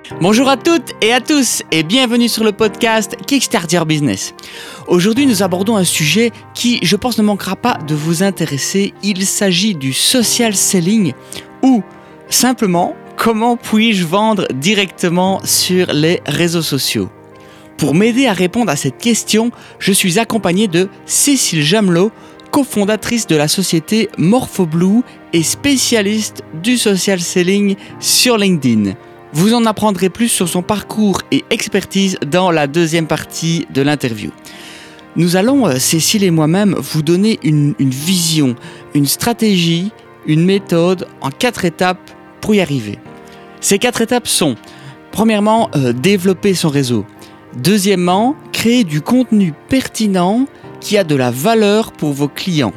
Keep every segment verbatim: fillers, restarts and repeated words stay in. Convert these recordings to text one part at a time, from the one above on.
Bonjour à toutes et à tous et bienvenue sur le podcast Kickstart Your Business. Aujourd'hui, nous abordons un sujet qui, je pense, ne manquera pas de vous intéresser. Il s'agit du social selling ou simplement comment puis-je vendre directement sur les réseaux sociaux. Pour m'aider à répondre à cette question, je suis accompagné de Cécile Jamelot, cofondatrice de la société MorphoBlue et spécialiste du social selling sur LinkedIn. Vous en apprendrez plus sur son parcours et expertise dans la deuxième partie de l'interview. Nous allons, Cécile et moi-même, vous donner une, une vision, une stratégie, une méthode en quatre étapes pour y arriver. Ces quatre étapes sont, premièrement, euh, développer son réseau. Deuxièmement, créer du contenu pertinent qui a de la valeur pour vos clients.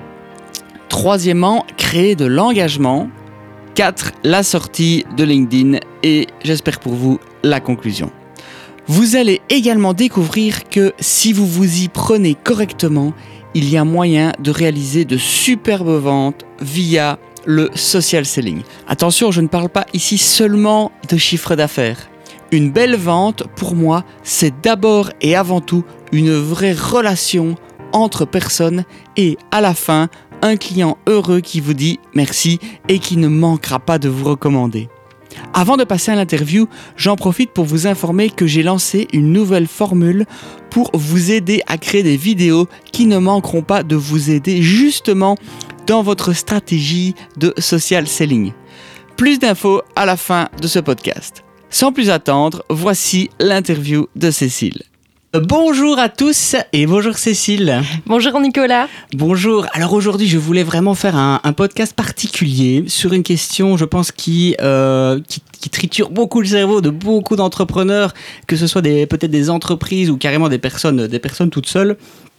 Troisièmement, créer de l'engagement. quatre. La sortie de LinkedIn et, j'espère pour vous, la conclusion. Vous allez également découvrir que si vous vous y prenez correctement, il y a moyen de réaliser de superbes ventes via le social selling. Attention, je ne parle pas ici seulement de chiffre d'affaires. Une belle vente, pour moi, c'est d'abord et avant tout une vraie relation entre personnes et à la fin, un client heureux qui vous dit merci et qui ne manquera pas de vous recommander. Avant de passer à l'interview, j'en profite pour vous informer que j'ai lancé une nouvelle formule pour vous aider à créer des vidéos qui ne manqueront pas de vous aider justement dans votre stratégie de social selling. Plus d'infos à la fin de ce podcast. Sans plus attendre, voici l'interview de Cécile. Bonjour à tous et bonjour Cécile. Bonjour Nicolas. Bonjour. Alors aujourd'hui, je voulais vraiment faire un, un podcast particulier sur une question, je pense, qui, euh, qui, qui triture beaucoup le cerveau de beaucoup d'entrepreneurs, que ce soit des, peut-être des entreprises ou carrément des personnes, des personnes toutes seules.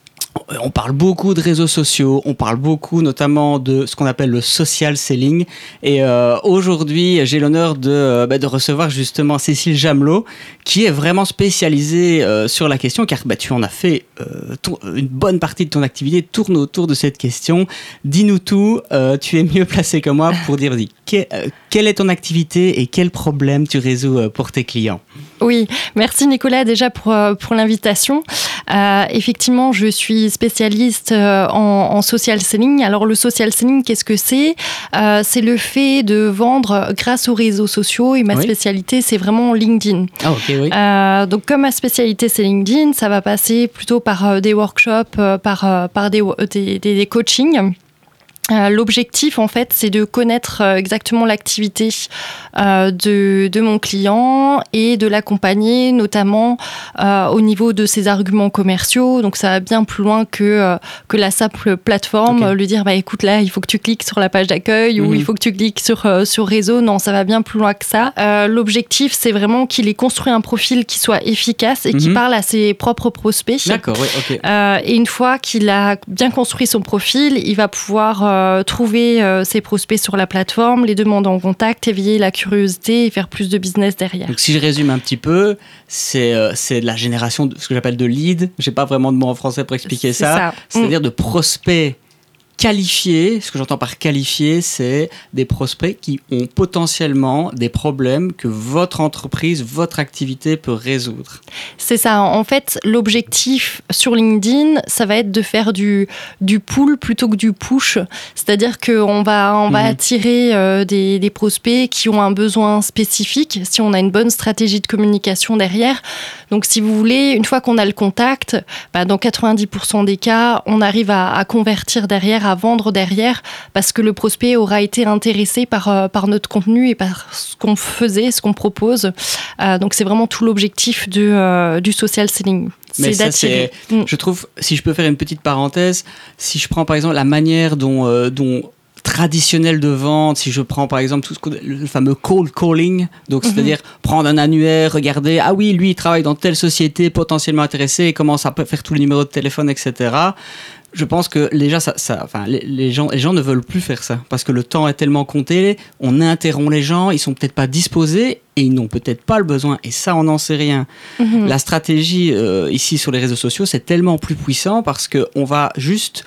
On parle beaucoup de réseaux sociaux, on parle beaucoup notamment de ce qu'on appelle le social selling. Et euh, aujourd'hui, j'ai l'honneur de, bah, de recevoir justement Cécile Jamelot, qui est vraiment spécialisée euh, sur la question, car bah, tu en as fait euh, ton, une bonne partie de ton activité tourne autour de cette question. Dis-nous tout, euh, tu es mieux placé que moi pour dire vas-y, que, euh, quelle est ton activité et quels problèmes tu résous euh, pour tes clients. Oui, merci Nicolas déjà pour, pour l'invitation. Euh, effectivement, je suis spécialiste en, en social selling. Alors le social selling, qu'est-ce que c'est ? euh, C'est le fait de vendre grâce aux réseaux sociaux et ma oui. spécialité, c'est vraiment LinkedIn. Ah, ok, oui. Euh, donc comme ma spécialité, c'est LinkedIn, ça va passer plutôt par des workshops, par, par des, des, des, des coachings. Euh, l'objectif, en fait, c'est de connaître euh, exactement l'activité euh, de, de mon client et de l'accompagner, notamment euh, au niveau de ses arguments commerciaux. Donc, ça va bien plus loin que, euh, que la simple plateforme. Okay. Lui dire, bah, écoute, là, il faut que tu cliques sur la page d'accueil mmh. ou il faut que tu cliques sur, euh, sur réseau. Non, ça va bien plus loin que ça. Euh, l'objectif, c'est vraiment qu'il ait construit un profil qui soit efficace et mmh. qui parle à ses propres prospects. D'accord, oui, ok. Euh, et une fois qu'il a bien construit son profil, il va pouvoir... Euh, Euh, trouver euh, ses prospects sur la plateforme, les demander en contact, éveiller la curiosité et faire plus de business derrière. Donc si je résume un petit peu, c'est, euh, c'est de la génération de ce que j'appelle de lead. Je n'ai pas vraiment de mot en français pour expliquer ça. ça. C'est-à-dire mmh. de prospects qualifiés. Ce que j'entends par qualifiés, c'est des prospects qui ont potentiellement des problèmes que votre entreprise, votre activité peut résoudre. C'est ça. En fait, l'objectif sur LinkedIn, ça va être de faire du, du pull plutôt que du push. C'est-à-dire qu'on va, on va mmh. attirer euh, des, des prospects qui ont un besoin spécifique si on a une bonne stratégie de communication derrière. Donc, si vous voulez, une fois qu'on a le contact, bah, dans quatre-vingt-dix pour cent des cas, on arrive à, à convertir derrière, à vendre derrière, parce que le prospect aura été intéressé par, euh, par notre contenu et par ce qu'on faisait, ce qu'on propose. Euh, donc, c'est vraiment tout l'objectif de, euh, du social selling. Mais c'est ça, c'est, mmh. je trouve, si je peux faire une petite parenthèse, si je prends par exemple la manière dont... Euh, dont traditionnel de vente, si je prends par exemple tout ce que, le fameux cold calling, donc mm-hmm. c'est-à-dire prendre un annuaire, regarder, ah oui, lui il travaille dans telle société potentiellement intéressée et commence à faire tous les numéros de téléphone, et cetera. Je pense que déjà, ça, ça, enfin, les, les, gens, les gens ne veulent plus faire ça parce que le temps est tellement compté, on interrompt les gens, ils sont peut-être pas disposés et ils n'ont peut-être pas le besoin et ça, on n'en sait rien. Mm-hmm. La stratégie euh, ici sur les réseaux sociaux, c'est tellement plus puissant parce qu'on va juste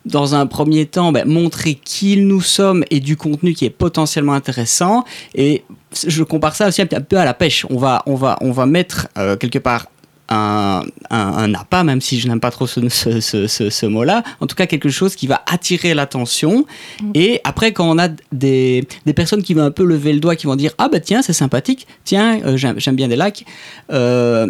dans un premier temps, ben, montrer qui nous sommes et du contenu qui est potentiellement intéressant. Et je compare ça aussi un peu à la pêche. On va, on va, on va mettre euh, quelque part un, un, un appât, même si je n'aime pas trop ce, ce, ce, ce, ce mot-là, en tout cas quelque chose qui va attirer l'attention. Mmh. Et après, quand on a des, des personnes qui vont un peu lever le doigt, qui vont dire « Ah bah tiens, c'est sympathique, tiens, euh, j'aime, j'aime bien des likes euh, »,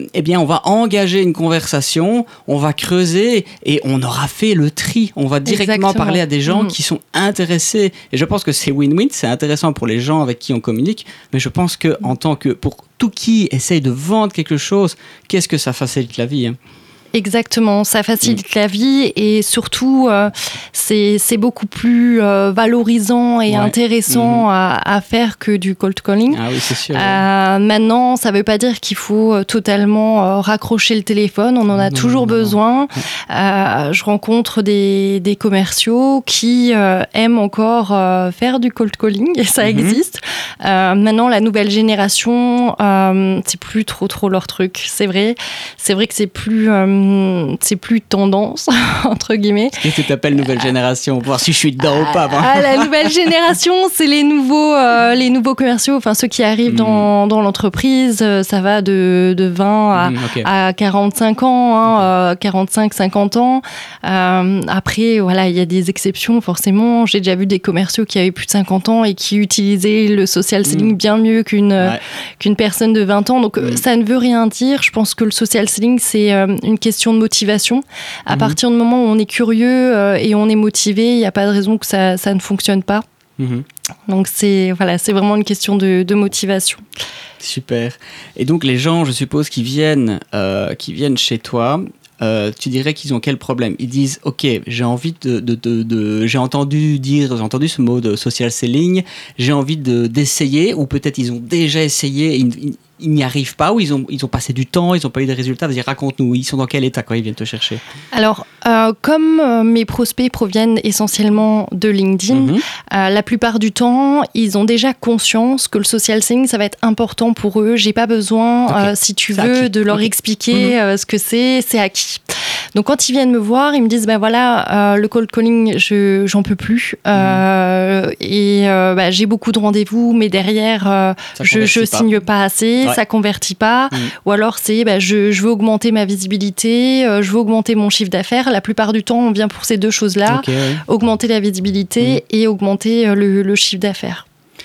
eh bien on va engager une conversation, on va creuser et on aura fait le tri. On va directement Exactement. parler à des gens mmh. qui sont intéressés. Et je pense que c'est win-win, c'est intéressant pour les gens avec qui on communique, mais je pense qu'en tant que... pour tout qui essaye de vendre quelque chose, qu'est-ce que ça facilite la vie, hein. Exactement, ça facilite mmh. la vie et surtout euh, c'est, c'est beaucoup plus euh, valorisant et ouais. intéressant mmh. à, à faire que du cold calling. Ah oui, c'est sûr. Euh, ouais. Maintenant, ça ne veut pas dire qu'il faut totalement euh, raccrocher le téléphone, on en a non, toujours non, besoin. Non. Euh, je rencontre des, des commerciaux qui euh, aiment encore euh, faire du cold calling et ça mmh. existe. Euh, maintenant, la nouvelle génération, euh, c'est plus trop trop leur truc, c'est vrai. C'est vrai que c'est plus... Euh, c'est plus tendance, entre guillemets. Qu'est-ce que tu appelles nouvelle génération? Pour voir si je suis dedans ah, ou pas. Ah, la nouvelle génération, c'est les nouveaux, euh, les nouveaux commerciaux, enfin ceux qui arrivent mmh. dans, dans l'entreprise. Ça va de, de vingt à, mmh, okay. à quarante-cinq ans, hein, euh, quarante-cinq cinquante ans. Euh, après, voilà, il y a des exceptions, forcément. J'ai déjà vu des commerciaux qui avaient plus de cinquante ans et qui utilisaient le social selling mmh. bien mieux qu'une, ouais. qu'une personne de vingt ans. Donc, mmh. ça ne veut rien dire. Je pense que le social selling, c'est euh, une question question de motivation. À mmh. partir du moment où on est curieux euh, et on est motivé, il n'y a pas de raison que ça, ça ne fonctionne pas. Mmh. Donc, c'est, voilà, c'est vraiment une question de, de motivation. Super. Et donc, les gens, je suppose, qui viennent, euh, qui viennent chez toi, euh, tu dirais qu'ils ont quel problème? Ils disent, OK, j'ai envie de, de, de, de... J'ai entendu dire, j'ai entendu ce mot de social selling, j'ai envie de, d'essayer, ou peut-être ils ont déjà essayé et ils, ils n'y arrivent pas, ou ils ont, ils ont passé du temps, ils n'ont pas eu de résultats. Vas-y, raconte-nous, ils sont dans quel état quand ils viennent te chercher? Alors, euh, comme euh, mes prospects proviennent essentiellement de LinkedIn, mm-hmm. euh, la plupart du temps, ils ont déjà conscience que le social selling, ça va être important pour eux. J'ai pas besoin, okay. euh, si tu c'est veux, acquis. de leur okay. expliquer mm-hmm. euh, ce que c'est, c'est acquis. Donc, quand ils viennent me voir, ils me disent, ben voilà, euh, le cold calling, je, j'en peux plus. Euh, mm. Et euh, bah, j'ai beaucoup de rendez-vous, mais derrière, euh, je, je signe pas assez. Ouais. Ça convertit pas, mmh. ou alors c'est bah, je, je veux augmenter ma visibilité, euh, je veux augmenter mon chiffre d'affaires. La plupart du temps, on vient pour ces deux choses-là, okay, ouais. augmenter la visibilité mmh. et augmenter euh, le, le chiffre d'affaires.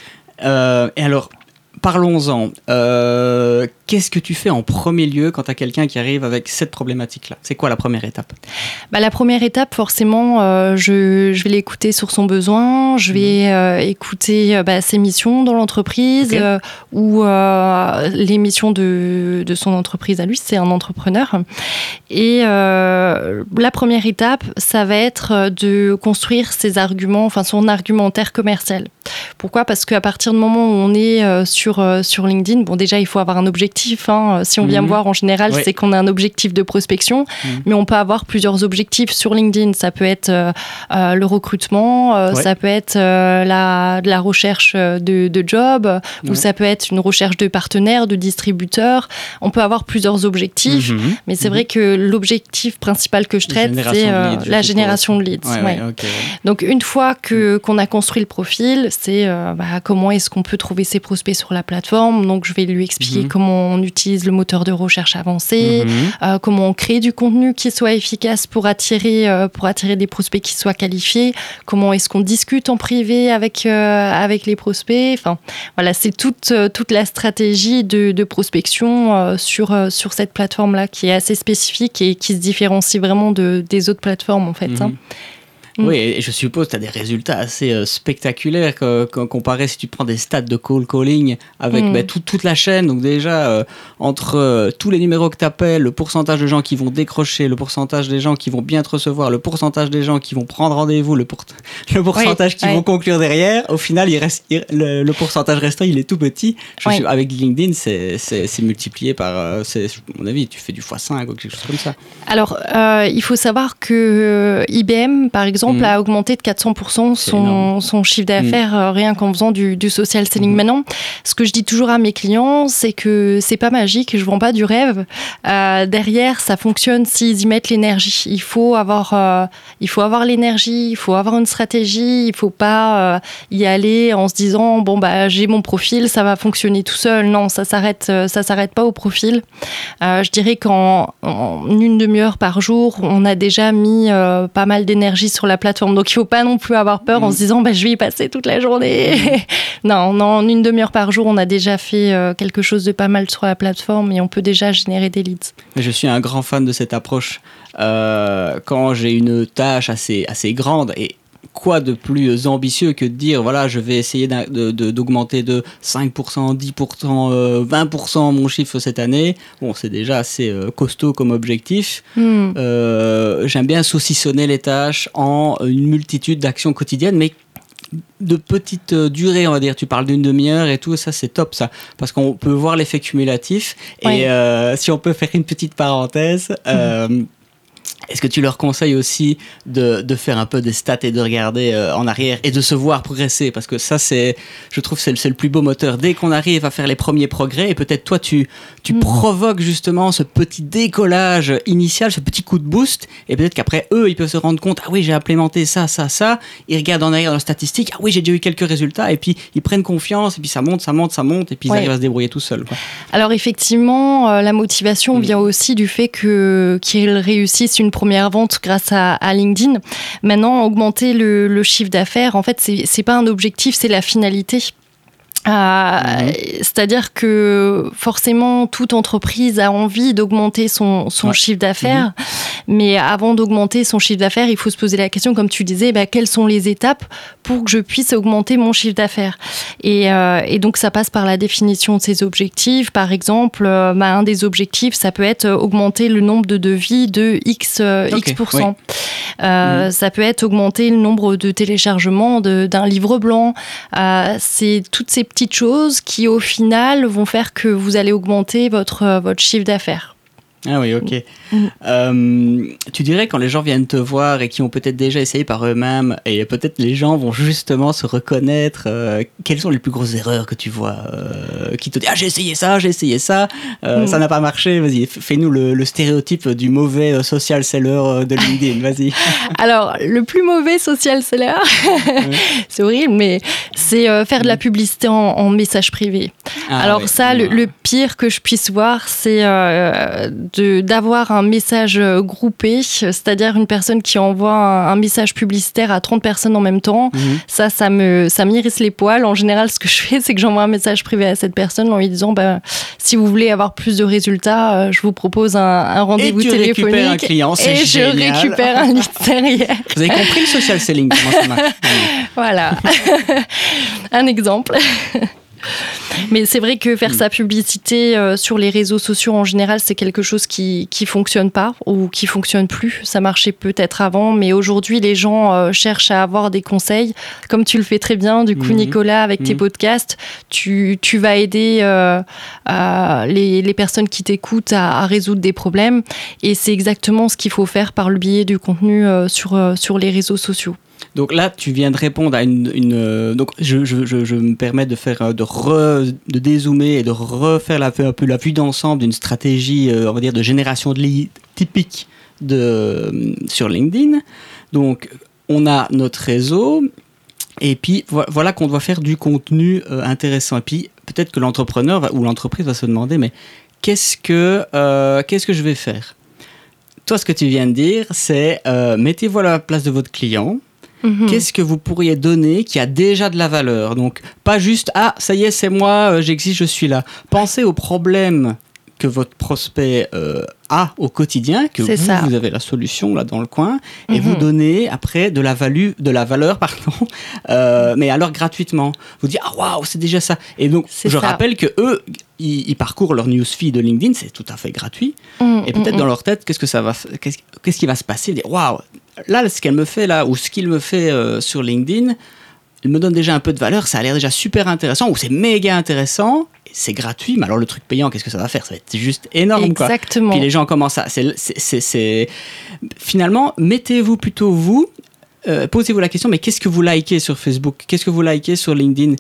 Euh, et alors, parlons-en. Euh, qu'est-ce que tu fais en premier lieu quand tu as quelqu'un qui arrive avec cette problématique-là? C'est quoi la première étape? Bah, la première étape, forcément, euh, je, je vais l'écouter sur son besoin. Je vais euh, écouter euh, bah, ses missions dans l'entreprise okay. euh, ou euh, les missions de, de son entreprise à lui. C'est un entrepreneur. Et euh, la première étape, ça va être de construire ses arguments, enfin son argumentaire commercial. Pourquoi? Parce qu'à partir du moment où on est euh, sur, euh, sur LinkedIn, bon, déjà, il faut avoir un objectif. Hein. Si on vient mmh. me voir, en général, oui. c'est qu'on a un objectif de prospection. Mmh. Mais on peut avoir plusieurs objectifs sur LinkedIn. Ça peut être euh, euh, le recrutement, euh, ouais. ça peut être euh, la, de la recherche de, de job, ouais. ou ça peut être une recherche de partenaires, de distributeurs. On peut avoir plusieurs objectifs. Mmh. Mais c'est mmh. vrai que l'objectif principal que je traite, c'est euh, leads, la génération de leads. Ouais, ouais. Ouais, okay, ouais. Donc, une fois que, qu'on a construit le profil, c'est euh, bah, comment est-ce qu'on peut trouver ses prospects sur la plateforme. Donc, je vais lui expliquer mmh. comment on utilise le moteur de recherche avancé, mmh. euh, comment on crée du contenu qui soit efficace pour attirer, euh, pour attirer des prospects qui soient qualifiés, comment est-ce qu'on discute en privé avec, euh, avec les prospects. Enfin, voilà, c'est toute, euh, toute la stratégie de, de prospection euh, sur, euh, sur cette plateforme-là qui est assez spécifique et qui se différencie vraiment de, des autres plateformes, en fait. Mmh. Hein. Oui, et je suppose que tu as des résultats assez euh, spectaculaires que, que, comparé si tu prends des stats de cold calling avec mm. bah, tout, toute la chaîne. Donc déjà, euh, entre euh, tous les numéros que tu appelles, le pourcentage de gens qui vont décrocher, le pourcentage des gens qui vont bien te recevoir, le pourcentage des gens qui vont prendre rendez-vous, le, pour... le pourcentage oui, qui oui. vont conclure derrière, au final, il reste, il, le, le pourcentage restant, il est tout petit. Je oui. suis, avec LinkedIn, c'est, c'est, c'est multiplié par, euh, c'est, à mon avis, tu fais du fois cinq ou quelque chose comme ça. Alors, euh, il faut savoir que I B M, par exemple, exemple, mmh. a augmenté de quatre cents pour cent son, son chiffre d'affaires mmh. rien qu'en faisant du, du social selling. Mmh. Maintenant, ce que je dis toujours à mes clients, c'est que c'est pas magique, je vends pas du rêve. Euh, derrière, ça fonctionne s'ils y mettent l'énergie. Il faut avoir, euh, il faut avoir l'énergie, il faut avoir une stratégie, il faut pas euh, y aller en se disant bon bah j'ai mon profil, ça va fonctionner tout seul. Non, ça s'arrête, ça s'arrête pas au profil. Euh, je dirais qu'en en une demi-heure par jour, on a déjà mis euh, pas mal d'énergie sur la plateforme. Donc il faut pas non plus avoir peur mmh. en se disant bah je vais y passer toute la journée. Mmh. non, non, en une demi-heure par jour, on a déjà fait euh, quelque chose de pas mal sur la plateforme et on peut déjà générer des leads. Je suis un grand fan de cette approche. Euh, quand j'ai une tâche assez, assez grande, et quoi de plus ambitieux que de dire voilà, je vais essayer de, de, d'augmenter de cinq pour cent, dix pour cent, euh, vingt pour cent mon chiffre cette année. Bon, c'est déjà assez euh, costaud comme objectif. Mm. Euh, j'aime bien saucissonner les tâches en une multitude d'actions quotidiennes, mais de petite durée, on va dire. Tu parles d'une demi-heure et tout, ça c'est top ça, parce qu'on peut voir l'effet cumulatif. Oui. Et euh, si on peut faire une petite parenthèse, mm. euh, est-ce que tu leur conseilles aussi de, de faire un peu des stats et de regarder euh, en arrière et de se voir progresser? Parce que ça, c'est, je trouve que c'est, c'est le plus beau moteur. Dès qu'on arrive à faire les premiers progrès, et peut-être toi, tu, tu mmh. provoques justement ce petit décollage initial, ce petit coup de boost, et peut-être qu'après, eux, ils peuvent se rendre compte, ah oui, j'ai implémenté ça, ça, ça, ils regardent en arrière dans leurs statistiques, ah oui, j'ai déjà eu quelques résultats, et puis ils prennent confiance, et puis ça monte, ça monte, ça monte, et puis ils ouais. arrivent à se débrouiller tout seuls, quoi. Alors effectivement, euh, la motivation mmh. vient aussi du fait que, qu'ils réussissent une première vente grâce à, à LinkedIn. Maintenant, augmenter le, le chiffre d'affaires, en fait, c'est, c'est pas un objectif, c'est la finalité. Euh, mmh. C'est-à-dire que forcément toute entreprise a envie d'augmenter son, son ouais. chiffre d'affaires, mmh. mais avant d'augmenter son chiffre d'affaires, il faut se poser la question, comme tu disais, bah, quelles sont les étapes pour que je puisse augmenter mon chiffre d'affaires. Et, euh, et donc ça passe par la définition de ces objectifs. Par exemple, euh, bah, un des objectifs, ça peut être augmenter le nombre de devis de X, euh, okay. X pour cent. Oui. Euh, mmh. Ça peut être augmenter le nombre de téléchargements de, d'un livre blanc. Euh, c'est toutes ces petites choses qui, au final, vont faire que vous allez augmenter votre, votre chiffre d'affaires. Ah oui, ok. Mmh. Euh, tu dirais quand les gens viennent te voir et qui ont peut-être déjà essayé par eux-mêmes, et peut-être les gens vont justement se reconnaître, euh, quelles sont les plus grosses erreurs que tu vois euh, qui te disent « Ah, j'ai essayé ça, j'ai essayé ça, euh, mmh. ça n'a pas marché. » Vas-y, fais-nous le, le stéréotype du mauvais social seller de LinkedIn, vas-y. Alors, le plus mauvais social seller, mmh. c'est horrible, mais c'est euh, faire de la publicité en, en message privé. Ah, Alors ouais. ça, le, le pire que je puisse voir, c'est... Euh, De, d'avoir un message groupé, c'est-à-dire une personne qui envoie un, un message publicitaire à trente personnes en même temps. Mmh. Ça, ça, me, ça m'irrisse les poils. En général, ce que je fais, c'est que j'envoie un message privé à cette personne en lui disant bah, si vous voulez avoir plus de résultats, euh, je vous propose un, un rendez-vous et tu téléphonique. Récupères un client, c'est et génial. Je récupère un lead derrière. Vous avez compris le social selling, comment ça marche? Voilà. Un exemple. Mais c'est vrai que faire mmh. sa publicité euh, sur les réseaux sociaux en général, c'est quelque chose qui qui fonctionne pas ou qui fonctionne plus. Ça marchait peut-être avant, mais aujourd'hui les gens euh, cherchent à avoir des conseils, comme tu le fais très bien. Du coup, mmh. Nicolas, avec mmh. tes podcasts, tu tu vas aider euh, euh, les les personnes qui t'écoutent à, à résoudre des problèmes, et c'est exactement ce qu'il faut faire par le biais du contenu euh, sur euh, sur les réseaux sociaux. Donc là, tu viens de répondre à une... une euh, donc je, je, je, je me permets de, faire, de, re, de dézoomer et de refaire la, un peu la vue d'ensemble d'une stratégie, euh, on va dire, de génération de leads typique de, euh, sur LinkedIn. Donc, on a notre réseau, et puis voilà qu'on doit faire du contenu euh, intéressant. Et puis, peut-être que l'entrepreneur va, ou l'entreprise va se demander, mais qu'est-ce que, euh, qu'est-ce que je vais faire? Toi, ce que tu viens de dire, c'est euh, mettez-vous à la place de votre client. Mmh. Qu'est-ce que vous pourriez donner qui a déjà de la valeur? Donc, pas juste « Ah, ça y est, c'est moi, j'existe, je suis là ». Pensez aux problèmes que votre prospect euh, a au quotidien, que vous, vous avez la solution là dans le coin, et mmh. vous donnez après de la, value, de la valeur, pardon, euh, mais alors gratuitement. Vous dites « Ah, waouh, c'est déjà ça ». Et donc, c'est je ça. rappelle que eux, ils, ils parcourent leur newsfeed de LinkedIn, c'est tout à fait gratuit. Mmh, et peut-être mmh. dans leur tête, qu'est-ce que ça va, qu'est-ce, qu'est-ce qui va se passer? Ils disent « Waouh ». Là, ce qu'elle me fait là, ou ce qu'il me fait euh, sur LinkedIn, il me donne déjà un peu de valeur, ça a l'air déjà super intéressant, ou c'est méga intéressant, c'est gratuit, mais alors le truc payant, qu'est-ce que ça va faire? Ça va être juste énorme. Exactement. Quoi. Puis les gens commencent à... C'est, c'est, c'est, c'est... Finalement, mettez-vous plutôt vous euh, posez-vous la question, mais qu'est-ce que vous likez sur Facebook? Qu'est-ce que vous likez sur LinkedIn?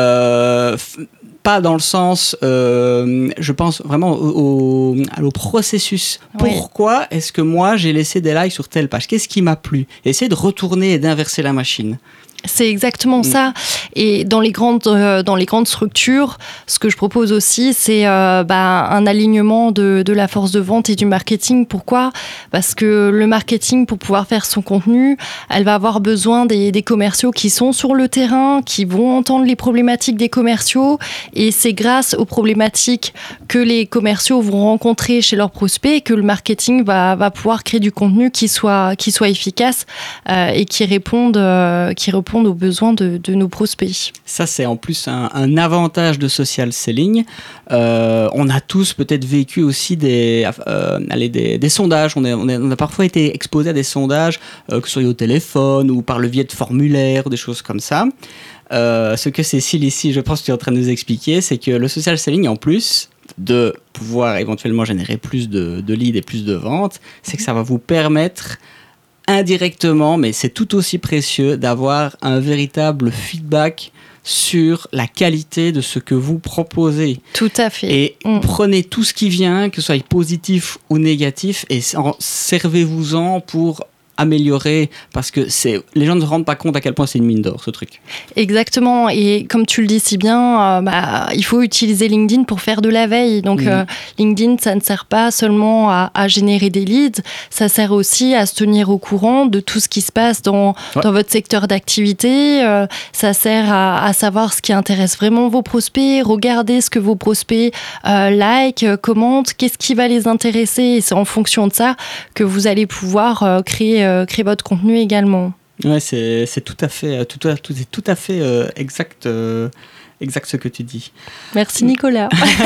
euh, f- Pas dans le sens, euh, je pense vraiment au, au, au processus. Oui. Pourquoi est-ce que moi j'ai laissé des likes sur telle page? Qu'est-ce qui m'a plu? Essayez de retourner et d'inverser la machine. C'est exactement mmh. ça. Et dans les grandes, euh, dans les grandes structures, ce que je propose aussi, c'est euh, bah, un alignement de, de la force de vente et du marketing. Pourquoi ? Parce que le marketing, pour pouvoir faire son contenu, elle va avoir besoin des, des commerciaux qui sont sur le terrain, qui vont entendre les problématiques des commerciaux. Et c'est grâce aux problématiques que les commerciaux vont rencontrer chez leurs prospects que le marketing va, va pouvoir créer du contenu qui soit, qui soit efficace euh, et qui réponde, euh, qui réponde aux besoins de, de nos prospects. Ça, c'est en plus un, un avantage de social selling. Euh, on a tous peut-être vécu aussi des, euh, allez, des, des sondages. On, est, on, est, on a parfois été exposé à des sondages, euh, que ce soit au téléphone ou par le biais de formulaires, des choses comme ça. Euh, ce que Cécile ici, je pense que tu es en train de nous expliquer, c'est que le social selling, en plus de pouvoir éventuellement générer plus de, de leads et plus de ventes, c'est que ça va vous permettre indirectement, mais c'est tout aussi précieux d'avoir un véritable feedback sur la qualité de ce que vous proposez. Tout à fait. Et mmh. prenez tout ce qui vient, que ce soit positif ou négatif, et servez-vous-en pour améliorer, parce que c'est, les gens ne se rendent pas compte à quel point c'est une mine d'or, ce truc. Exactement, et comme tu le dis si bien, euh, bah, il faut utiliser LinkedIn pour faire de la veille. Donc mmh. euh, LinkedIn, ça ne sert pas seulement à, à générer des leads, ça sert aussi à se tenir au courant de tout ce qui se passe dans, ouais. dans votre secteur d'activité. Euh, ça sert à, à savoir ce qui intéresse vraiment vos prospects, regarder ce que vos prospects euh, like, commentent, qu'est-ce qui va les intéresser, et c'est en fonction de ça que vous allez pouvoir euh, créer Euh, créer votre contenu également. Ouais, c'est, c'est tout à fait, tout à, tout, c'est tout à fait euh, exact, euh, exact ce que tu dis. Merci Nicolas.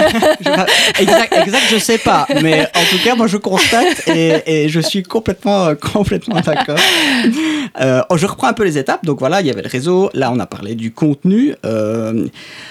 je, exact, exact, je sais pas, mais en tout cas, moi je constate et, et je suis complètement, complètement d'accord. Euh, je reprends un peu les étapes. Donc voilà, il y avait le réseau. Là, on a parlé du contenu. Euh,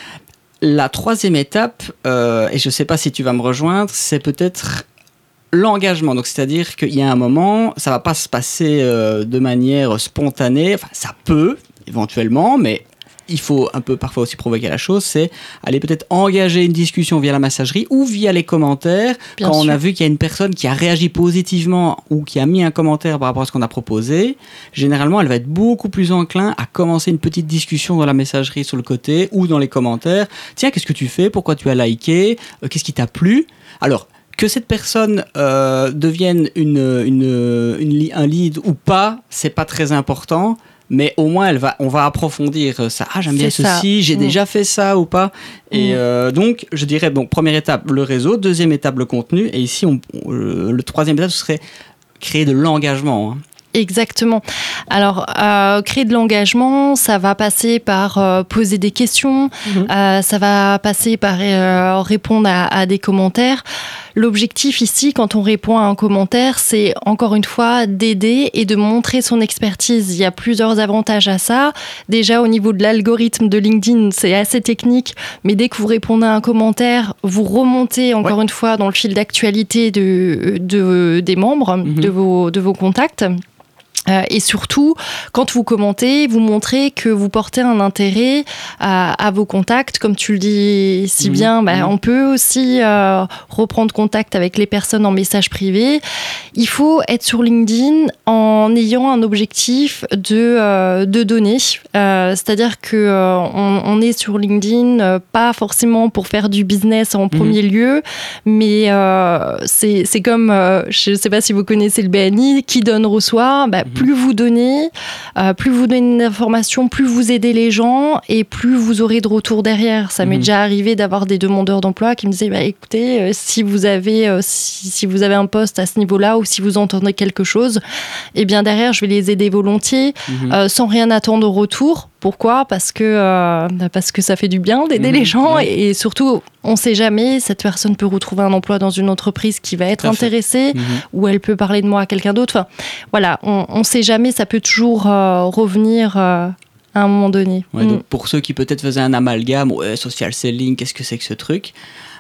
la troisième étape, euh, et je sais pas si tu vas me rejoindre, c'est peut-être l'engagement. Donc, c'est-à-dire qu'il y a un moment, ça va pas se passer euh, de manière spontanée. Enfin, ça peut, éventuellement, mais il faut un peu parfois aussi provoquer la chose. C'est aller peut-être engager une discussion via la messagerie ou via les commentaires. Bien Quand sûr. On a vu qu'il y a une personne qui a réagi positivement ou qui a mis un commentaire par rapport à ce qu'on a proposé, généralement, elle va être beaucoup plus enclin à commencer une petite discussion dans la messagerie sur le côté ou dans les commentaires. Tiens, qu'est-ce que tu fais ? Pourquoi tu as liké ? euh, Qu'est-ce qui t'a plu ? Alors, que cette personne euh, devienne une, une, une, un lead ou pas, c'est pas très important, mais au moins elle va, on va approfondir ça. Ah, j'aime bien c'est ceci, ça. j'ai mmh. déjà fait ça ou pas. Et mmh. euh, donc, je dirais, bon, première étape, le réseau, deuxième étape, le contenu, et ici, on, on, le troisième étape, ce serait créer de l'engagement. Hein. Exactement. Alors, euh, créer de l'engagement, ça va passer par euh, poser des questions, mmh. euh, ça va passer par euh, répondre à, à des commentaires. L'objectif ici, quand on répond à un commentaire, c'est encore une fois d'aider et de montrer son expertise. Il y a plusieurs avantages à ça. Déjà, au niveau de l'algorithme de LinkedIn, c'est assez technique, mais dès que vous répondez à un commentaire, vous remontez encore ouais. une fois dans le fil d'actualité de, de, des membres, mmh. de, vos, de vos contacts. Euh, et surtout, quand vous commentez, vous montrez que vous portez un intérêt à, à vos contacts. Comme tu le dis si mmh, bien, bah, mmh. on peut aussi euh, reprendre contact avec les personnes en message privé. Il faut être sur LinkedIn en ayant un objectif de, euh, de donner. Euh, c'est-à-dire qu'on euh, on est sur LinkedIn, euh, pas forcément pour faire du business en mmh. premier lieu, mais euh, c'est, c'est comme, euh, je ne sais pas si vous connaissez le B N I, qui donne reçoit. Bah, plus vous donnez, euh, plus vous donnez d'informations, plus vous aidez les gens et plus vous aurez de retour derrière. Ça mmh. m'est déjà arrivé d'avoir des demandeurs d'emploi qui me disaient bah, écoutez, euh, si, vous avez, euh, si, si vous avez un poste à ce niveau-là ou si vous entendez quelque chose, eh bien derrière, je vais les aider volontiers mmh. euh, sans rien attendre au retour. Pourquoi ? Parce que, euh, parce que ça fait du bien d'aider mmh. les gens et, et surtout, on ne sait jamais, cette personne peut retrouver un emploi dans une entreprise qui va être intéressée mmh. ou elle peut parler de moi à quelqu'un d'autre. Enfin, voilà, on ne sait jamais, ça peut toujours euh, revenir euh, à un moment donné. Ouais, mmh. donc pour ceux qui peut-être faisaient un amalgame, ouais, social selling, qu'est-ce que c'est que ce truc ?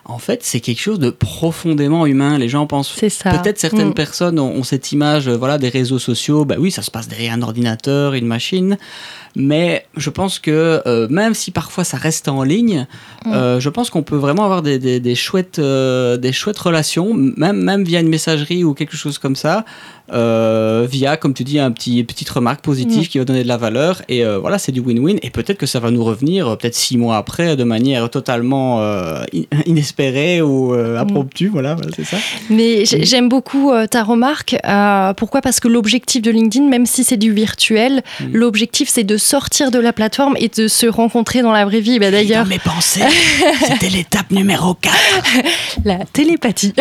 en fait, c'est quelque chose de profondément humain. Les gens pensent... C'est ça. Peut-être certaines mmh. personnes ont, ont cette image euh, voilà, des réseaux sociaux. Bah oui, ça se passe derrière un ordinateur, une machine. Mais je pense que euh, même si parfois ça reste en ligne, mmh. euh, je pense qu'on peut vraiment avoir des, des, des, chouettes, euh, des chouettes relations, même, même via une messagerie ou quelque chose comme ça, euh, via, comme tu dis, un petit, une petite remarque positive mmh. qui va donner de la valeur. Et euh, voilà, c'est du win-win. Et peut-être que ça va nous revenir, euh, peut-être six mois après, de manière totalement euh, inespérée ou euh, impromptue. Mmh. Voilà, voilà, c'est ça. Mais mmh. j'aime beaucoup euh, ta remarque. Euh, pourquoi ? Parce que l'objectif de LinkedIn, même si c'est du virtuel, mmh. l'objectif, c'est de sortir de la plateforme et de se rencontrer dans la vraie vie. Bah, d'ailleurs, dans mes pensées, c'était l'étape numéro quatre. La télépathie.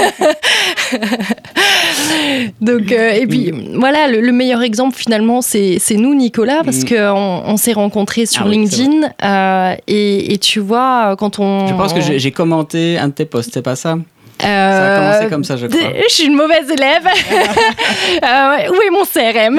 Donc, euh, et puis, mmh. voilà, le, le meilleur exemple, finalement, c'est, c'est nous, Nicolas, parce mmh. qu'on on s'est rencontrés sur ah oui, LinkedIn. Euh, et, et tu vois, quand on... Je pense que j'ai, j'ai commenté un de tes posts, c'est pas ça ? Euh, ça a commencé comme ça, je crois. Je suis une mauvaise élève. euh, où est mon C R M ?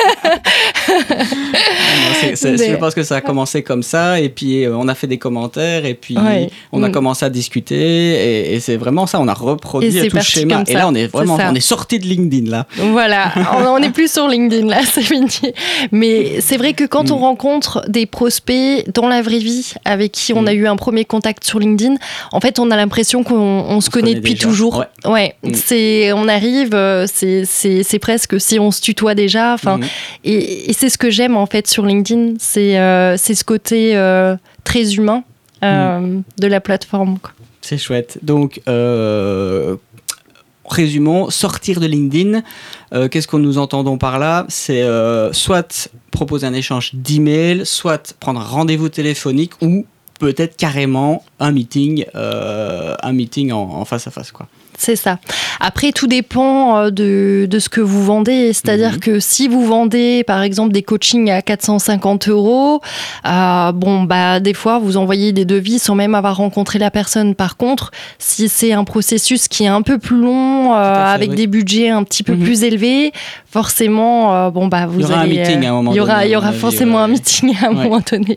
non, c'est, c'est, Mais... Je pense que ça a commencé comme ça, et puis on a fait des commentaires, et puis ouais. on a mmh. commencé à discuter, et, et c'est vraiment ça, on a reproduit tout le schéma. Et là, on est vraiment, c'est on est sorti de LinkedIn, là. Voilà, on n'est plus sur LinkedIn, là, c'est fini. Mais c'est vrai que quand mmh. on rencontre des prospects dans la vraie vie, avec qui on mmh. a eu un premier contact sur LinkedIn, en fait, on a l'impression qu'on on on se connaît depuis déjà. toujours. Ouais, ouais mmh. c'est, on arrive, c'est, c'est, c'est presque si on se tutoie déjà. Enfin, mmh. et, et c'est ce que j'aime en fait sur LinkedIn, c'est, euh, c'est ce côté euh, très humain euh, mmh. de la plateforme. Quoi. C'est chouette. Donc, euh, résumons, sortir de LinkedIn. Euh, qu'est-ce que nous entendons par là ? C'est euh, soit proposer un échange d'email, soit prendre un rendez-vous téléphonique ou peut-être carrément un meeting, euh, un meeting en, en face à face, quoi. C'est ça. Après, tout dépend de, de ce que vous vendez. C'est-à-dire mmh. que si vous vendez, par exemple, des coachings à quatre cent cinquante euros, euh, bon, bah, des fois, vous envoyez des devis sans même avoir rencontré la personne. Par contre, si c'est un processus qui est un peu plus long, euh, fait, avec oui. des budgets un petit peu mmh. plus élevés, forcément, euh, bon, bah, vous il y aura allez, un meeting à un moment il y aura, donné. Il y aura forcément ouais. un meeting à un ouais. moment donné.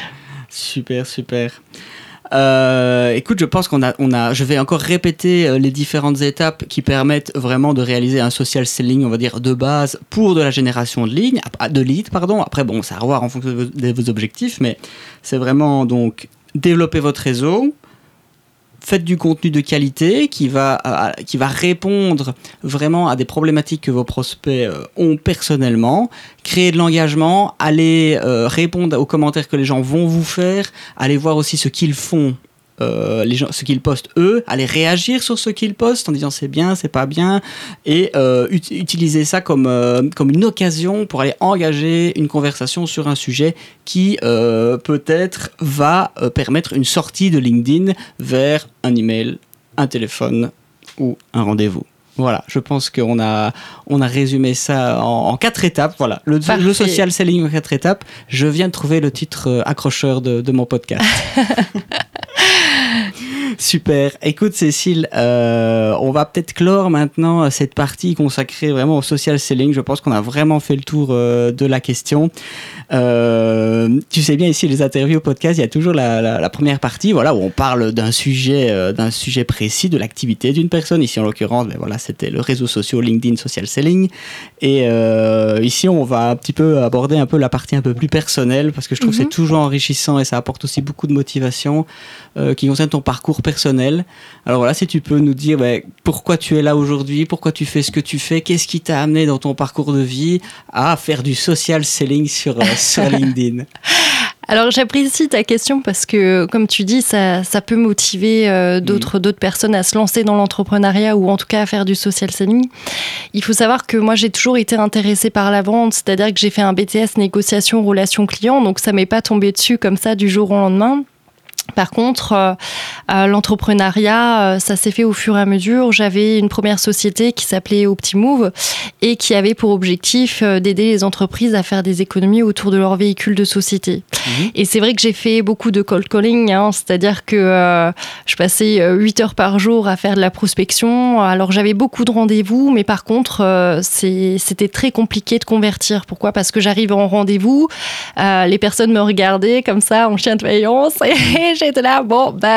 Super, super. Euh, écoute, je pense qu'on a, on a, je vais encore répéter euh, les différentes étapes qui permettent vraiment de réaliser un social selling, on va dire, de base pour de la génération de lignes, de leads, pardon. Après, bon, ça a à revoir en fonction de vos, de vos objectifs, mais c'est vraiment donc développer votre réseau. Faites du contenu de qualité qui va, à, qui va répondre vraiment à des problématiques que vos prospects euh, ont personnellement. Créer de l'engagement, allez euh, répondre aux commentaires que les gens vont vous faire, allez voir aussi ce qu'ils font, euh, les gens, ce qu'ils postent eux, allez réagir sur ce qu'ils postent en disant c'est bien, c'est pas bien, et euh, ut- utiliser ça comme, euh, comme une occasion pour aller engager une conversation sur un sujet qui euh, peut-être va euh, permettre une sortie de LinkedIn vers un email, un téléphone ou un rendez-vous. Voilà, je pense qu'on a, on a résumé ça en, en quatre étapes. Voilà, le, le social selling en quatre étapes. Je viens de trouver le titre euh, accrocheur de, de mon podcast. Super. Écoute, Cécile, euh, on va peut-être clore maintenant cette partie consacrée vraiment au social selling. Je pense qu'on a vraiment fait le tour euh, de la question. Euh, tu sais bien, ici, les interviews au podcast, il y a toujours la, la, la première partie, voilà, où on parle d'un sujet, euh, d'un sujet précis, de l'activité d'une personne. Ici, en l'occurrence, ben voilà, c'était le réseau social LinkedIn Social Selling. Et euh, ici, on va un petit peu aborder un peu la partie un peu plus personnelle, parce que je trouve mm-hmm. que c'est toujours enrichissant et ça apporte aussi beaucoup de motivation euh, qui concerne ton parcours personnel. Alors voilà, si tu peux nous dire ben, pourquoi tu es là aujourd'hui, pourquoi tu fais ce que tu fais, qu'est-ce qui t'a amené dans ton parcours de vie à faire du social selling sur, euh, sur LinkedIn. Alors j'apprécie ta question parce que, comme tu dis, ça, ça peut motiver euh, d'autres, mmh. d'autres personnes à se lancer dans l'entrepreneuriat ou en tout cas à faire du social selling. Il faut savoir que moi j'ai toujours été intéressée par la vente, c'est-à-dire que j'ai fait un B T S négociation relation client, donc ça m'est pas tombé dessus comme ça du jour au lendemain. Par contre, euh, euh, l'entrepreneuriat, euh, ça s'est fait au fur et à mesure. J'avais une première société qui s'appelait Optimove et qui avait pour objectif euh, d'aider les entreprises à faire des économies autour de leurs véhicules de société. Mmh. Et c'est vrai que j'ai fait beaucoup de cold calling, hein, c'est-à-dire que euh, je passais huit heures par jour à faire de la prospection. Alors j'avais beaucoup de rendez-vous, mais par contre, euh, c'est, c'était très compliqué de convertir. Pourquoi ? Parce que j'arrivais en rendez-vous, euh, les personnes me regardaient comme ça en chien de faïence et j'étais là, bon, bah oui,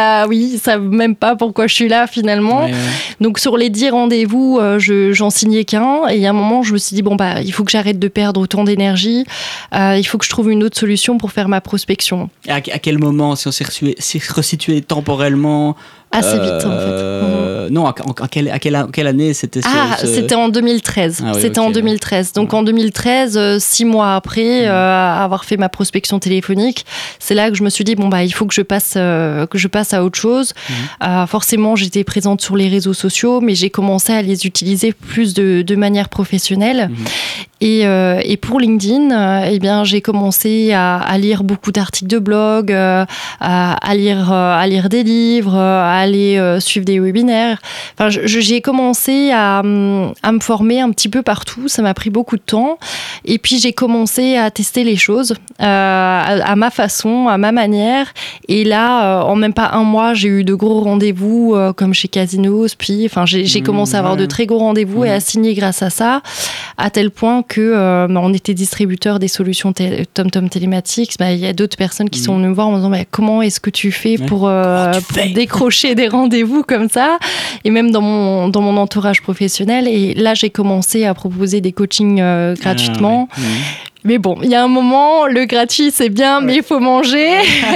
ils savent même pas pourquoi je suis là finalement. Ouais, ouais. Donc sur les dix rendez-vous, euh, je, j'en signais qu'un. Et à un moment, je me suis dit, bon, bah, il faut que j'arrête de perdre autant d'énergie. Euh, il faut que je trouve une autre solution pour faire ma prospection. À, à quel moment, si on s'est resitué, s'est resitué temporellement Assez vite, euh, en fait. Mmh. Non, à, à, quelle, à quelle, quelle année c'était ce, Ah, ce... c'était en deux mille treize. Ah, oui, c'était okay. en deux mille treize. Donc mmh. en deux mille treize, euh, six mois après mmh. euh, avoir fait ma prospection téléphonique, c'est là que je me suis dit, bon, bah, il faut que je passe, euh, que je passe à autre chose. Mmh. Euh, forcément, j'étais présente sur les réseaux sociaux, mais j'ai commencé à les utiliser plus de, de manière professionnelle. Mmh. Et, euh, et pour LinkedIn, euh, eh bien, j'ai commencé à, à lire beaucoup d'articles de blog, euh, à, à, lire, euh, à lire des livres, à aller euh, suivre des webinaires. Enfin, je, j'ai commencé à, à me former un petit peu partout. Ça m'a pris beaucoup de temps. Et puis, j'ai commencé à tester les choses euh, à, à ma façon, à ma manière. Et là, euh, en même pas un mois, j'ai eu de gros rendez-vous euh, comme chez Casino, Spi. Enfin, j'ai, j'ai commencé à avoir de très gros rendez-vous mmh. et à signer grâce à ça, à tel point que euh, bah, on était distributeur des solutions té- TomTom Telematics. Bah, il y a d'autres personnes qui mmh. sont venues me voir en me disant bah, comment est-ce que tu fais ouais. pour, euh, tu pour fais décrocher des rendez-vous comme ça, et même dans mon, dans mon entourage professionnel. Et là, j'ai commencé à proposer des coachings euh, gratuitement. Ah, ouais. mmh. Mais bon, il y a un moment, le gratuit, c'est bien, ouais. mais il faut manger.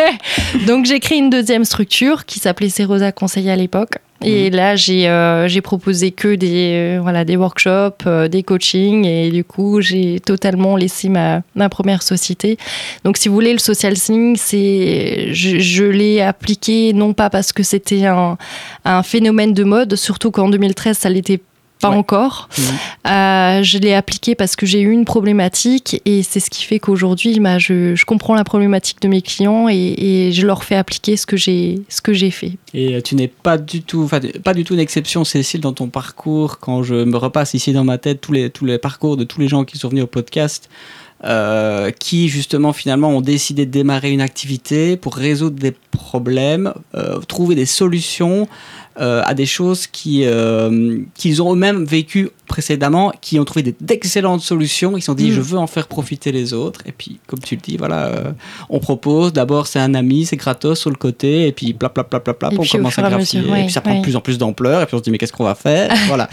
Donc, j'ai créé une deuxième structure qui s'appelait Cerosa Conseil à l'époque. Et mmh. là, j'ai, euh, j'ai proposé que des, euh, voilà, des workshops, euh, des coachings. Et du coup, j'ai totalement laissé ma, ma première société. Donc, si vous voulez, le social selling, c'est, je, je l'ai appliqué non pas parce que c'était un, un phénomène de mode, surtout qu'en deux mille treize, ça l'était pas ouais. encore. Mmh. Euh, je l'ai appliqué parce que j'ai eu une problématique et c'est ce qui fait qu'aujourd'hui, bah, je, je comprends la problématique de mes clients et, et je leur fais appliquer ce que j'ai, ce que j'ai fait. Et tu n'es pas du tout, enfin, pas du tout une exception, Cécile, dans ton parcours. Quand je me repasse ici dans ma tête tous les, tous les parcours de tous les gens qui sont venus au podcast, euh, qui justement finalement ont décidé de démarrer une activité pour résoudre des problèmes, euh, trouver des solutions Euh, à des choses qui, euh, qu'ils ont eux-mêmes vécues précédemment, qui ont trouvé des, d'excellentes solutions, ils se sont dit mmh. je veux en faire profiter les autres, et puis comme tu le dis, voilà, euh, on propose, d'abord c'est un ami, c'est gratos sur le côté, et puis plap plap plap plap plap, on commence à graffier, ouais, et puis ça prend ouais. de plus en plus d'ampleur, et puis on se dit mais qu'est-ce qu'on va faire, voilà.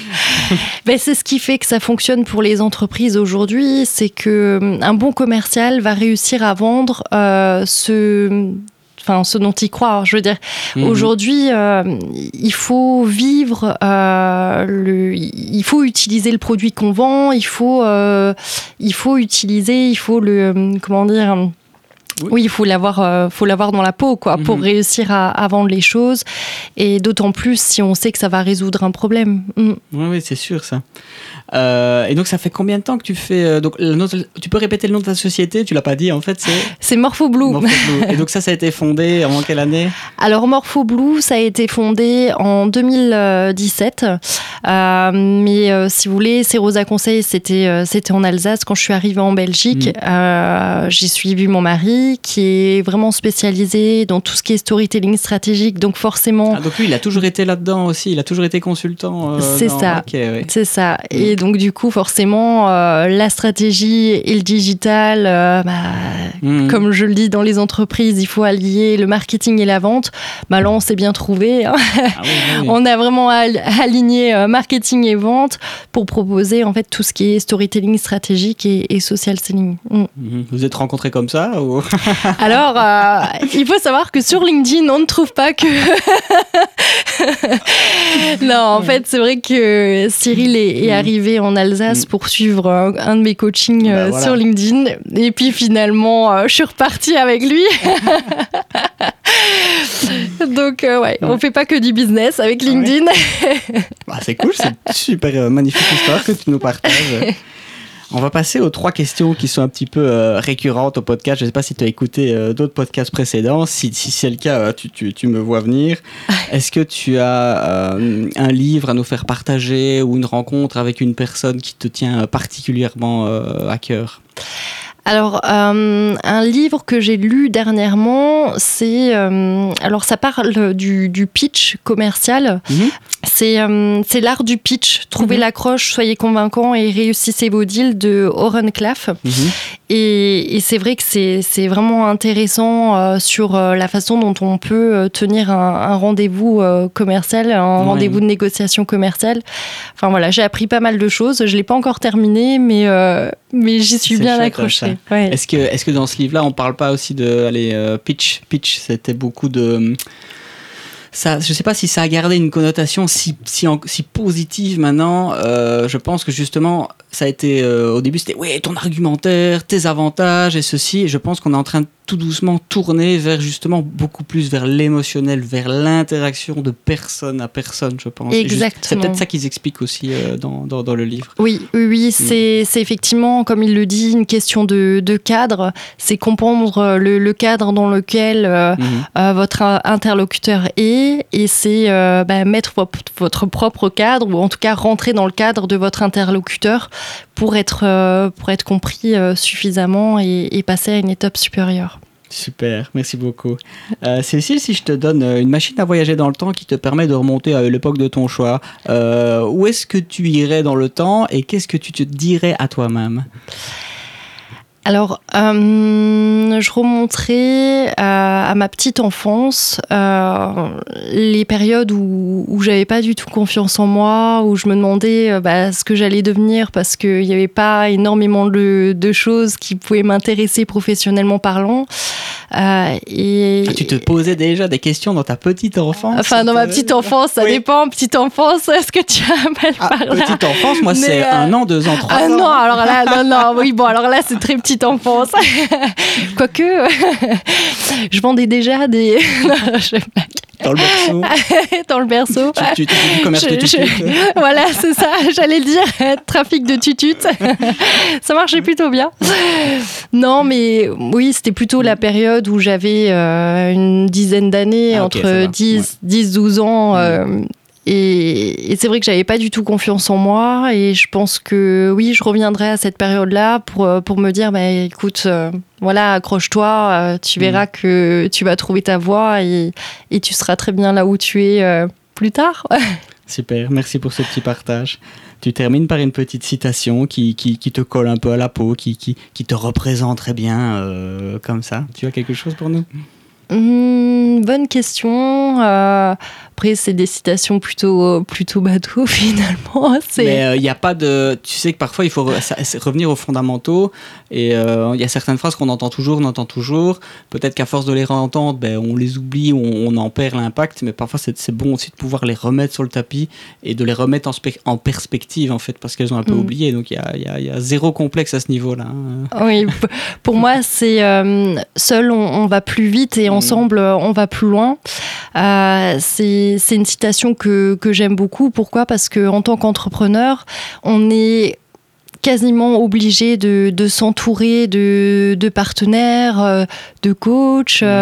Ben, c'est ce qui fait que ça fonctionne pour les entreprises aujourd'hui, c'est que un bon commercial va réussir à vendre euh, ce... Enfin, ce dont il croit. Je veux dire, mmh. aujourd'hui, euh, il faut vivre, euh, le, il faut utiliser le produit qu'on vend, il faut, euh, il faut utiliser, il faut le, comment dire, oui, oui il faut l'avoir, euh, faut l'avoir dans la peau, quoi, mmh. pour réussir à, à vendre les choses. Et d'autant plus si on sait que ça va résoudre un problème. Mmh. Oui, oui, c'est sûr, ça. Euh, et donc, ça fait combien de temps que tu fais euh, donc, le nom, tu peux répéter le nom de ta société? Tu l'as pas dit, en fait, c'est... C'est Morphoblue. Morphoblue. Et donc, ça, ça a été fondé en quelle année? Alors, Morphoblue, ça a été fondé en deux mille dix-sept. Euh, mais euh, si vous voulez, Cerosa Conseil, c'était, euh, c'était en Alsace. Quand je suis arrivée en Belgique, mmh. euh, j'ai suivi mon mari, qui est vraiment spécialisé dans tout ce qui est storytelling stratégique. Donc, forcément... Ah, donc, lui, il a toujours été là-dedans aussi. Il a toujours été consultant. Euh, c'est dans... ça. Okay, oui. C'est ça. Mmh. Et donc, du coup, forcément, euh, la stratégie et le digital, euh, bah, mmh. comme je le dis dans les entreprises, il faut allier le marketing et la vente. Bah, là, on s'est bien trouvé. Hein. Ah, oui, oui. On a vraiment al- aligné euh, marketing et vente pour proposer en fait tout ce qui est storytelling stratégique et, et social selling. Mmh. Vous vous êtes rencontrés comme ça ou... Alors, euh, il faut savoir que sur LinkedIn, on ne trouve pas que... non, en fait, c'est vrai que Cyril est, est arrivé en Alsace pour suivre un, un de mes coachings bah, voilà. sur LinkedIn. Et puis finalement, euh, je suis repartie avec lui. Donc, euh, ouais, on fait pas que du business avec LinkedIn. Ouais. Bah, c'est cool, c'est une super euh, magnifique histoire que tu nous partages. On va passer aux trois questions qui sont un petit peu euh, récurrentes au podcast. Je ne sais pas si tu as écouté euh, d'autres podcasts précédents. Si, si c'est le cas, euh, tu, tu, tu me vois venir. Est-ce que tu as euh, un livre à nous faire partager ou une rencontre avec une personne qui te tient particulièrement euh, à cœur ? Alors, euh, un livre que j'ai lu dernièrement, c'est... Euh, alors, ça parle du, du pitch commercial. Mmh. c'est, euh, c'est l'art du pitch. Trouvez mmh. l'accroche, soyez convaincant et réussissez vos deals de Oren Klaff. Mmh. Et, et c'est vrai que c'est, c'est vraiment intéressant euh, sur euh, la façon dont on peut euh, tenir un, un rendez-vous euh, commercial, un ouais. rendez-vous de négociation commerciale. Enfin voilà, j'ai appris pas mal de choses. Je ne l'ai pas encore terminé, mais, euh, mais j'y suis c'est bien accrochée. Ouais. Est-ce que, est-ce que dans ce livre-là, on ne parle pas aussi de allez, euh, pitch Pitch, c'était beaucoup de... Ça, je ne sais pas si ça a gardé une connotation si, si, si positive maintenant. Euh, je pense que justement, ça a été... Euh, au début, c'était « oui, ton argumentaire, tes avantages et ceci ». Et je pense qu'on est en train de tout doucement tourner vers justement beaucoup plus vers l'émotionnel, vers l'interaction de personne à personne, je pense. Exactement. Juste, c'est peut-être ça qu'ils expliquent aussi euh, dans, dans, dans le livre. Oui, oui, oui. C'est, mmh. c'est effectivement, comme il le dit, une question de, de cadre. C'est comprendre le, le cadre dans lequel euh, mmh. euh, votre interlocuteur est et c'est euh, bah, mettre votre, votre propre cadre ou en tout cas rentrer dans le cadre de votre interlocuteur pour être, euh, pour être compris euh, suffisamment et, et passer à une étape supérieure. Super, merci beaucoup. Euh, Cécile, si je te donne une machine à voyager dans le temps qui te permet de remonter à l'époque de ton choix, euh, où est-ce que tu irais dans le temps et qu'est-ce que tu te dirais à toi-même ? Alors, euh, je remonterai à, à ma petite enfance, euh, les périodes où, où j'avais pas du tout confiance en moi, où je me demandais euh, bah, ce que j'allais devenir parce qu'il n'y avait pas énormément de, de choses qui pouvaient m'intéresser professionnellement parlant. Euh, et... Ah, tu te posais déjà des questions dans ta petite enfance ? Enfin, dans ma petite enfance, ça oui. dépend. Petite enfance, est-ce que tu appelles ah, par là ? Petite enfance, moi, Mais c'est euh... un an, deux ans, trois ah, ans. Ah non, alors là, non, non, oui, bon, alors là, c'est très petite enfance. Quoique, je vendais déjà des... non, je... Dans le berceau. Dans le berceau. Tu, tu, tu, tu, du commerce je, de tututes. Je... Voilà, c'est ça, j'allais le dire. Trafic de tututes. Ça marchait plutôt bien. Non, mais oui, c'était plutôt la période où j'avais euh, une dizaine d'années, ah, okay, entre dix douze ans. Euh, mmh. Et, et c'est vrai que j'avais pas du tout confiance en moi et je pense que oui, je reviendrai à cette période-là pour, pour me dire, bah, écoute, euh, voilà, accroche-toi, euh, tu verras mmh. que tu vas trouver ta voie et, et tu seras très bien là où tu es euh, plus tard. Super, merci pour ce petit partage. Tu termines par une petite citation qui, qui, qui te colle un peu à la peau, qui, qui, qui te représente très bien euh, comme ça. Tu as quelque chose pour nous ? Mmh, bonne question. Euh, après, c'est des citations plutôt, plutôt bateau, finalement. C'est... Mais il euh, n'y a pas de... Tu sais que parfois, il faut re- revenir aux fondamentaux. Et il euh, y a certaines phrases qu'on entend toujours, on entend toujours. Peut-être qu'à force de les réentendre, ben, on les oublie, on, on en perd l'impact. Mais parfois, c'est, c'est bon aussi de pouvoir les remettre sur le tapis et de les remettre en, spe- en perspective, en fait, parce qu'elles ont un peu mmh. oublié. Donc, il y a, y, a, y a zéro complexe à ce niveau-là. Hein. Oui, pour moi, c'est euh, seul, on, on va plus vite et ensemble, on va plus loin. Euh, c'est, c'est une citation que, que j'aime beaucoup. Pourquoi ? Parce qu'en tant qu'entrepreneur, on est quasiment obligé de, de s'entourer de, de partenaires, de coachs, mmh.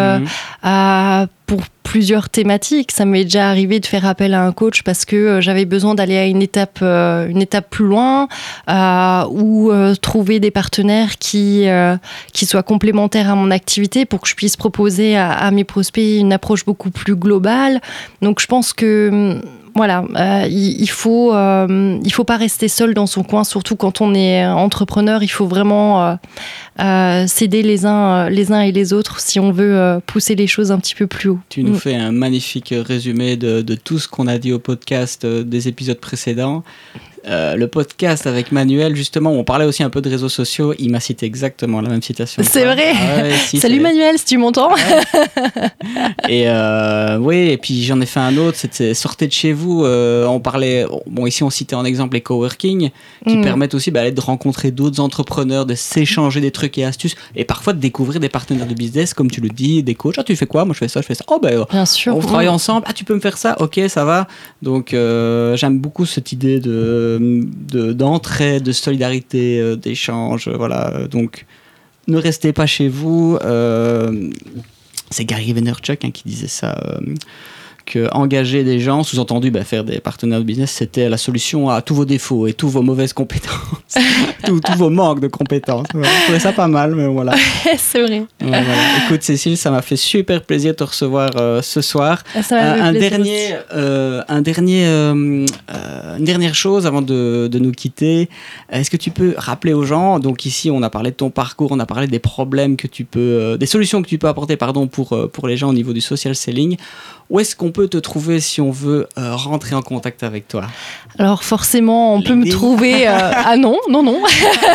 euh, pour plusieurs thématiques. Ça m'est déjà arrivé de faire appel à un coach parce que j'avais besoin d'aller à une étape, euh, une étape plus loin euh, ou euh, trouver des partenaires qui, euh, qui soient complémentaires à mon activité pour que je puisse proposer à, à mes prospects une approche beaucoup plus globale. Donc je pense que voilà, euh, il, il faut euh, il faut pas rester seul dans son coin, surtout quand on est entrepreneur. Il faut vraiment euh, euh, s'aider les uns les uns et les autres si on veut euh, pousser les choses un petit peu plus haut. Tu nous mmh. fais un magnifique résumé de, de tout ce qu'on a dit au podcast euh, des épisodes précédents. Euh, le podcast avec Manuel, justement, on parlait aussi un peu de réseaux sociaux. Il m'a cité exactement la même citation. C'est vrai. Ah ouais, si, Salut c'est... Manuel, si tu m'entends. Ouais. Et euh, oui, et puis j'en ai fait un autre. C'était sortez de chez vous. Euh, on parlait. Bon, ici on citait en exemple les coworking qui mmh. permettent aussi bah, de rencontrer d'autres entrepreneurs, de s'échanger des trucs et astuces, et parfois de découvrir des partenaires de business, comme tu le dis, des coachs. Ah, tu fais quoi ? Moi, je fais ça, je fais ça. Oh ben, Bien sûr. On travaille ensemble. Ah, tu peux me faire ça ? Ok, ça va. Donc, euh, j'aime beaucoup cette idée de De, d'entraide, de solidarité, euh, d'échange, euh, voilà. Donc, ne restez pas chez vous. Euh, c'est Gary Vaynerchuk hein, qui disait ça. Euh, que engager des gens, sous-entendu bah, faire des partenaires de business, c'était la solution à tous vos défauts et tous vos mauvaises compétences, tous, tous vos manques de compétences. Voilà. Je trouvais ça pas mal, mais voilà. C'est vrai. Voilà. Écoute Cécile, ça m'a fait super plaisir de te recevoir euh, ce soir. Ça m'a fait un, un plaisir dernier, euh, un dernier, euh, euh, une dernière chose avant de, de nous quitter. Est-ce que tu peux rappeler aux gens, donc ici on a parlé de ton parcours, on a parlé des problèmes que tu peux, euh, des solutions que tu peux apporter, pardon, pour euh, pour les gens au niveau du social selling. Où est-ce qu'on peut te trouver si on veut euh, rentrer en contact avec toi? Alors forcément, on peut me trouver... Euh... Ah non, non, non.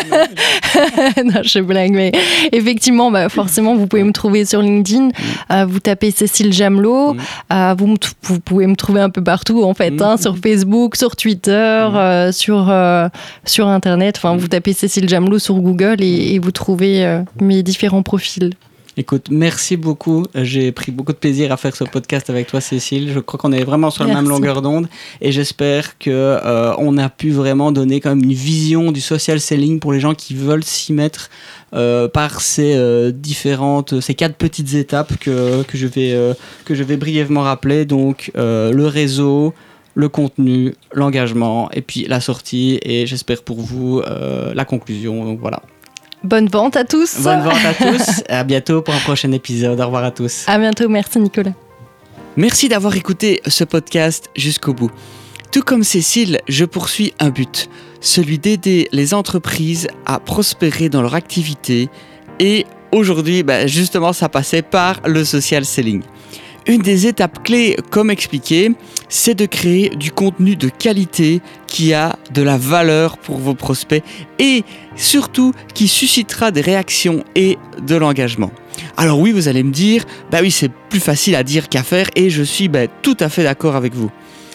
Non, je blague, mais effectivement, bah, forcément, vous pouvez me trouver sur LinkedIn. Mm. Euh, vous tapez Cécile Jamelot. Mm. Euh, vous, t- vous pouvez me trouver un peu partout, en fait, mm. hein, sur Facebook, sur Twitter, mm. euh, sur, euh, sur Internet. Enfin, mm. vous tapez Cécile Jamelot sur Google et, et vous trouvez euh, mes différents profils. Écoute, merci beaucoup. J'ai pris beaucoup de plaisir à faire ce podcast avec toi, Cécile. Je crois qu'on est vraiment sur la merci. Même longueur d'onde et j'espère qu'on euh, a pu vraiment donner quand même une vision du social selling pour les gens qui veulent s'y mettre euh, par ces euh, différentes, ces quatre petites étapes que, que, je, vais, euh, que je vais brièvement rappeler. Donc, euh, le réseau, le contenu, l'engagement et puis la sortie et j'espère pour vous euh, la conclusion. Donc voilà. Bonne vente à tous. Bonne vente à tous. À bientôt pour un prochain épisode. Au revoir à tous. À bientôt. Merci Nicolas. Merci d'avoir écouté ce podcast jusqu'au bout. Tout comme Cécile, je poursuis un but, celui d'aider les entreprises à prospérer dans leur activité. Et aujourd'hui, bah justement, ça passait par le social selling. Une des étapes clés, comme expliqué, c'est de créer du contenu de qualité qui a de la valeur pour vos prospects et surtout qui suscitera des réactions et de l'engagement. Alors oui, vous allez me dire, bah oui, c'est plus facile à dire qu'à faire et je suis bah, tout à fait d'accord avec vous.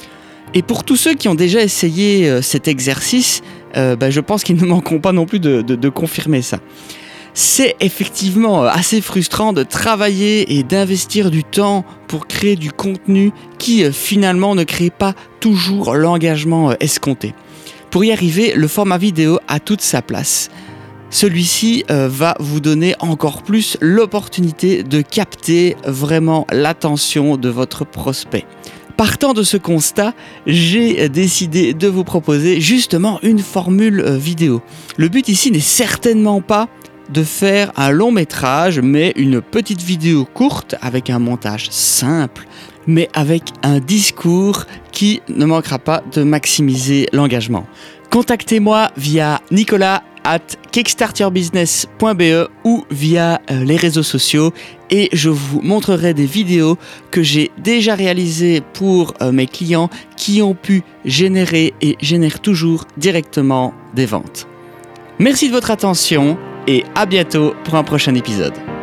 Et pour tous ceux qui ont déjà essayé euh, cet exercice, euh, bah, je pense qu'ils ne manqueront pas non plus de, de, de confirmer ça. C'est effectivement assez frustrant de travailler et d'investir du temps pour créer du contenu qui finalement ne crée pas toujours l'engagement escompté. Pour y arriver, le format vidéo a toute sa place. Celui-ci va vous donner encore plus l'opportunité de capter vraiment l'attention de votre prospect. Partant de ce constat, j'ai décidé de vous proposer justement une formule vidéo. Le but ici n'est certainement pas de faire un long métrage, mais une petite vidéo courte avec un montage simple, mais avec un discours qui ne manquera pas de maximiser l'engagement. Contactez-moi via nicolas arobase kickstarterbusiness point b e ou via euh, les réseaux sociaux et je vous montrerai des vidéos que j'ai déjà réalisées pour euh, mes clients qui ont pu générer et génèrent toujours directement des ventes. Merci de votre attention et à bientôt pour un prochain épisode.